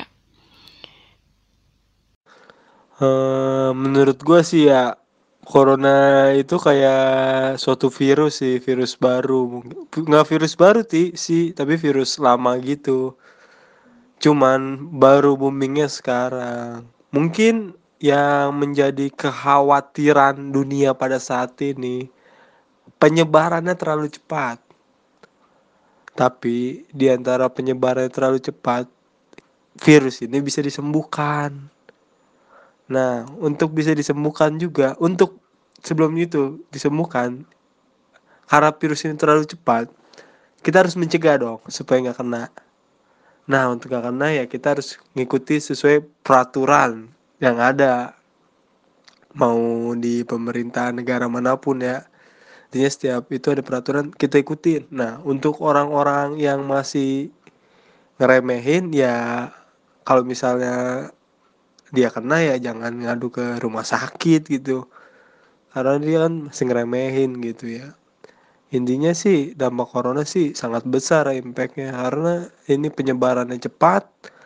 uh, menurut gue sih ya, corona itu kayak suatu virus sih, virus baru. Nggak virus baru ti, sih, tapi virus lama gitu. Cuman baru boomingnya sekarang. Mungkin yang menjadi kekhawatiran dunia pada saat ini, penyebarannya terlalu cepat. Tapi di antara penyebaran terlalu cepat, virus ini bisa disembuhkan. Nah, untuk bisa disembuhkan juga, untuk sebelum itu disembuhkan, karena virus ini terlalu cepat, kita harus mencegah dong supaya nggak kena. Nah, untuk nggak kena ya kita harus ngikuti sesuai peraturan yang ada, mau di pemerintahan negara manapun ya. Artinya setiap itu ada peraturan, kita ikutin. Nah, untuk orang-orang yang masih ngeremehin ya, kalau misalnya dia kena ya jangan ngadu ke rumah sakit gitu, karena dia kan masih ngeremehin gitu ya. Intinya sih dampak corona sih sangat besar impactnya, karena ini penyebarannya cepat,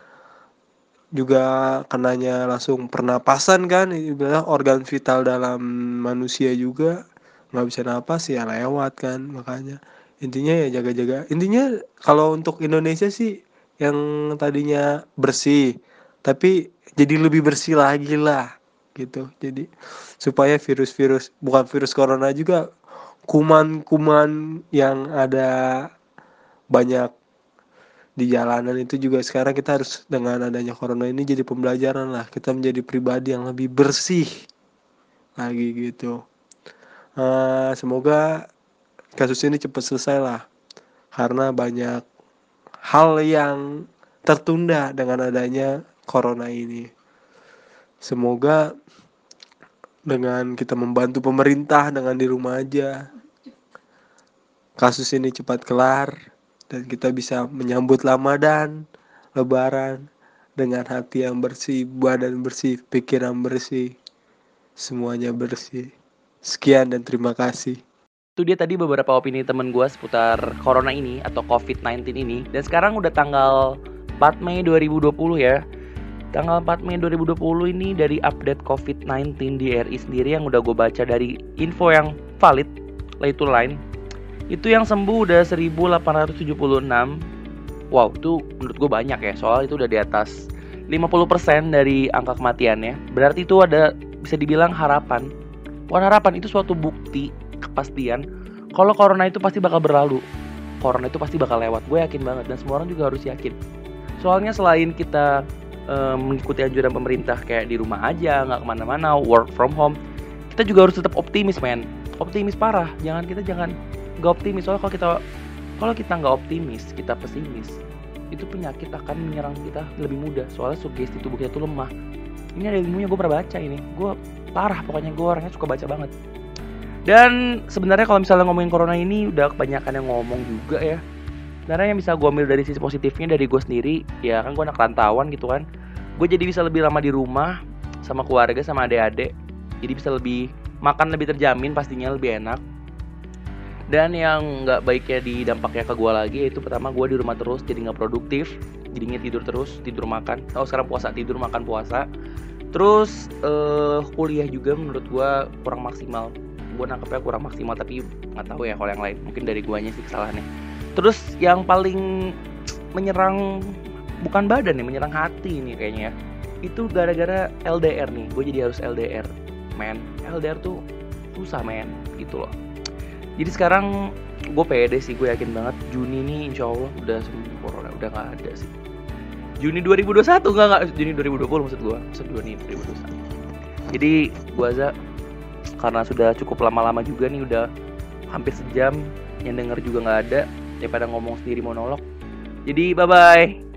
juga kenanya langsung pernapasan kan, ibarat organ vital dalam manusia juga nggak bisa napas ya lewat kan. Makanya intinya ya jaga-jaga. Intinya kalau untuk Indonesia sih yang tadinya bersih tapi jadi lebih bersih lagi lah gitu. Jadi supaya virus-virus, bukan virus corona juga, kuman-kuman yang ada banyak di jalanan itu juga sekarang kita harus, dengan adanya corona ini jadi pembelajaran lah, kita menjadi pribadi yang lebih bersih lagi gitu. Uh, semoga kasus ini cepat selesai lah, karena banyak hal yang tertunda dengan adanya corona ini. Semoga dengan kita membantu pemerintah dengan di rumah aja, kasus ini cepat kelar dan kita bisa menyambut Ramadan, Lebaran dengan hati yang bersih, badan bersih, pikiran bersih, semuanya bersih. Sekian dan terima kasih. Itu dia tadi beberapa opini temen gue seputar corona ini atau covid sembilan belas ini. Dan sekarang udah tanggal empat Mei dua ribu dua puluh ya. Tanggal empat Mei dua ribu dua puluh ini dari update covid sembilan belas di R I sendiri yang udah gue baca dari info yang valid, yaitu Line. Itu yang sembuh udah seribu delapan ratus tujuh puluh enam. Wow, itu menurut gue banyak ya, soalnya itu udah di atas lima puluh persen dari angka kematiannya. Berarti itu ada, bisa dibilang harapan. Bukan harapan, itu suatu bukti, kepastian kalau corona itu pasti bakal berlalu. Corona itu pasti bakal lewat, gue yakin banget. Dan semua orang juga harus yakin. Soalnya selain kita e, mengikuti anjuran pemerintah kayak di rumah aja, gak kemana-mana, work from home, kita juga harus tetap optimis, men. Optimis parah, jangan kita jangan gak optimis. Soalnya kalau kita kalau kita gak optimis, kita pesimis, itu penyakit akan menyerang kita lebih mudah. Soalnya sugesti tubuh kita tuh lemah. Ini ada ilmunya, gue pernah baca ini. Gue parah, pokoknya gue orangnya suka baca banget. Dan sebenarnya kalau misalnya ngomongin corona ini udah kebanyakan yang ngomong juga ya. Sebenarnya yang bisa gue ambil dari sisi positifnya dari gue sendiri, ya kan gue anak rantauan gitu kan. Gue jadi bisa lebih lama di rumah sama keluarga, sama adik-adik. Jadi bisa lebih makan lebih terjamin, pastinya lebih enak. Dan yang nggak baiknya di dampaknya ke gue lagi yaitu pertama gue di rumah terus jadi nggak produktif, jadinya tidur terus, tidur makan. Tahu sekarang puasa tidur makan puasa. Terus uh, kuliah juga menurut gue kurang maksimal. Gue nangkepnya kurang maksimal tapi nggak tahu ya kalau yang lain. Mungkin dari guanya sih kesalahannya. Terus yang paling menyerang bukan badan nih, menyerang hati nih kayaknya ya. Itu gara-gara L D R nih. Gue jadi harus L D R, men. L D R tuh susah men, gitu loh. Jadi sekarang gue pede sih, gue yakin banget Juni nih insya Allah udah sembuh corona, udah gak ada sih. Juni dua ribu dua puluh satu, enggak, enggak, Juni dua ribu dua puluh maksud gue, maksud Juni dua ribu dua puluh satu. Jadi gue aja, karena sudah cukup lama-lama juga nih, udah hampir sejam, yang denger juga gak ada, daripada ngomong sendiri monolog. Jadi bye-bye.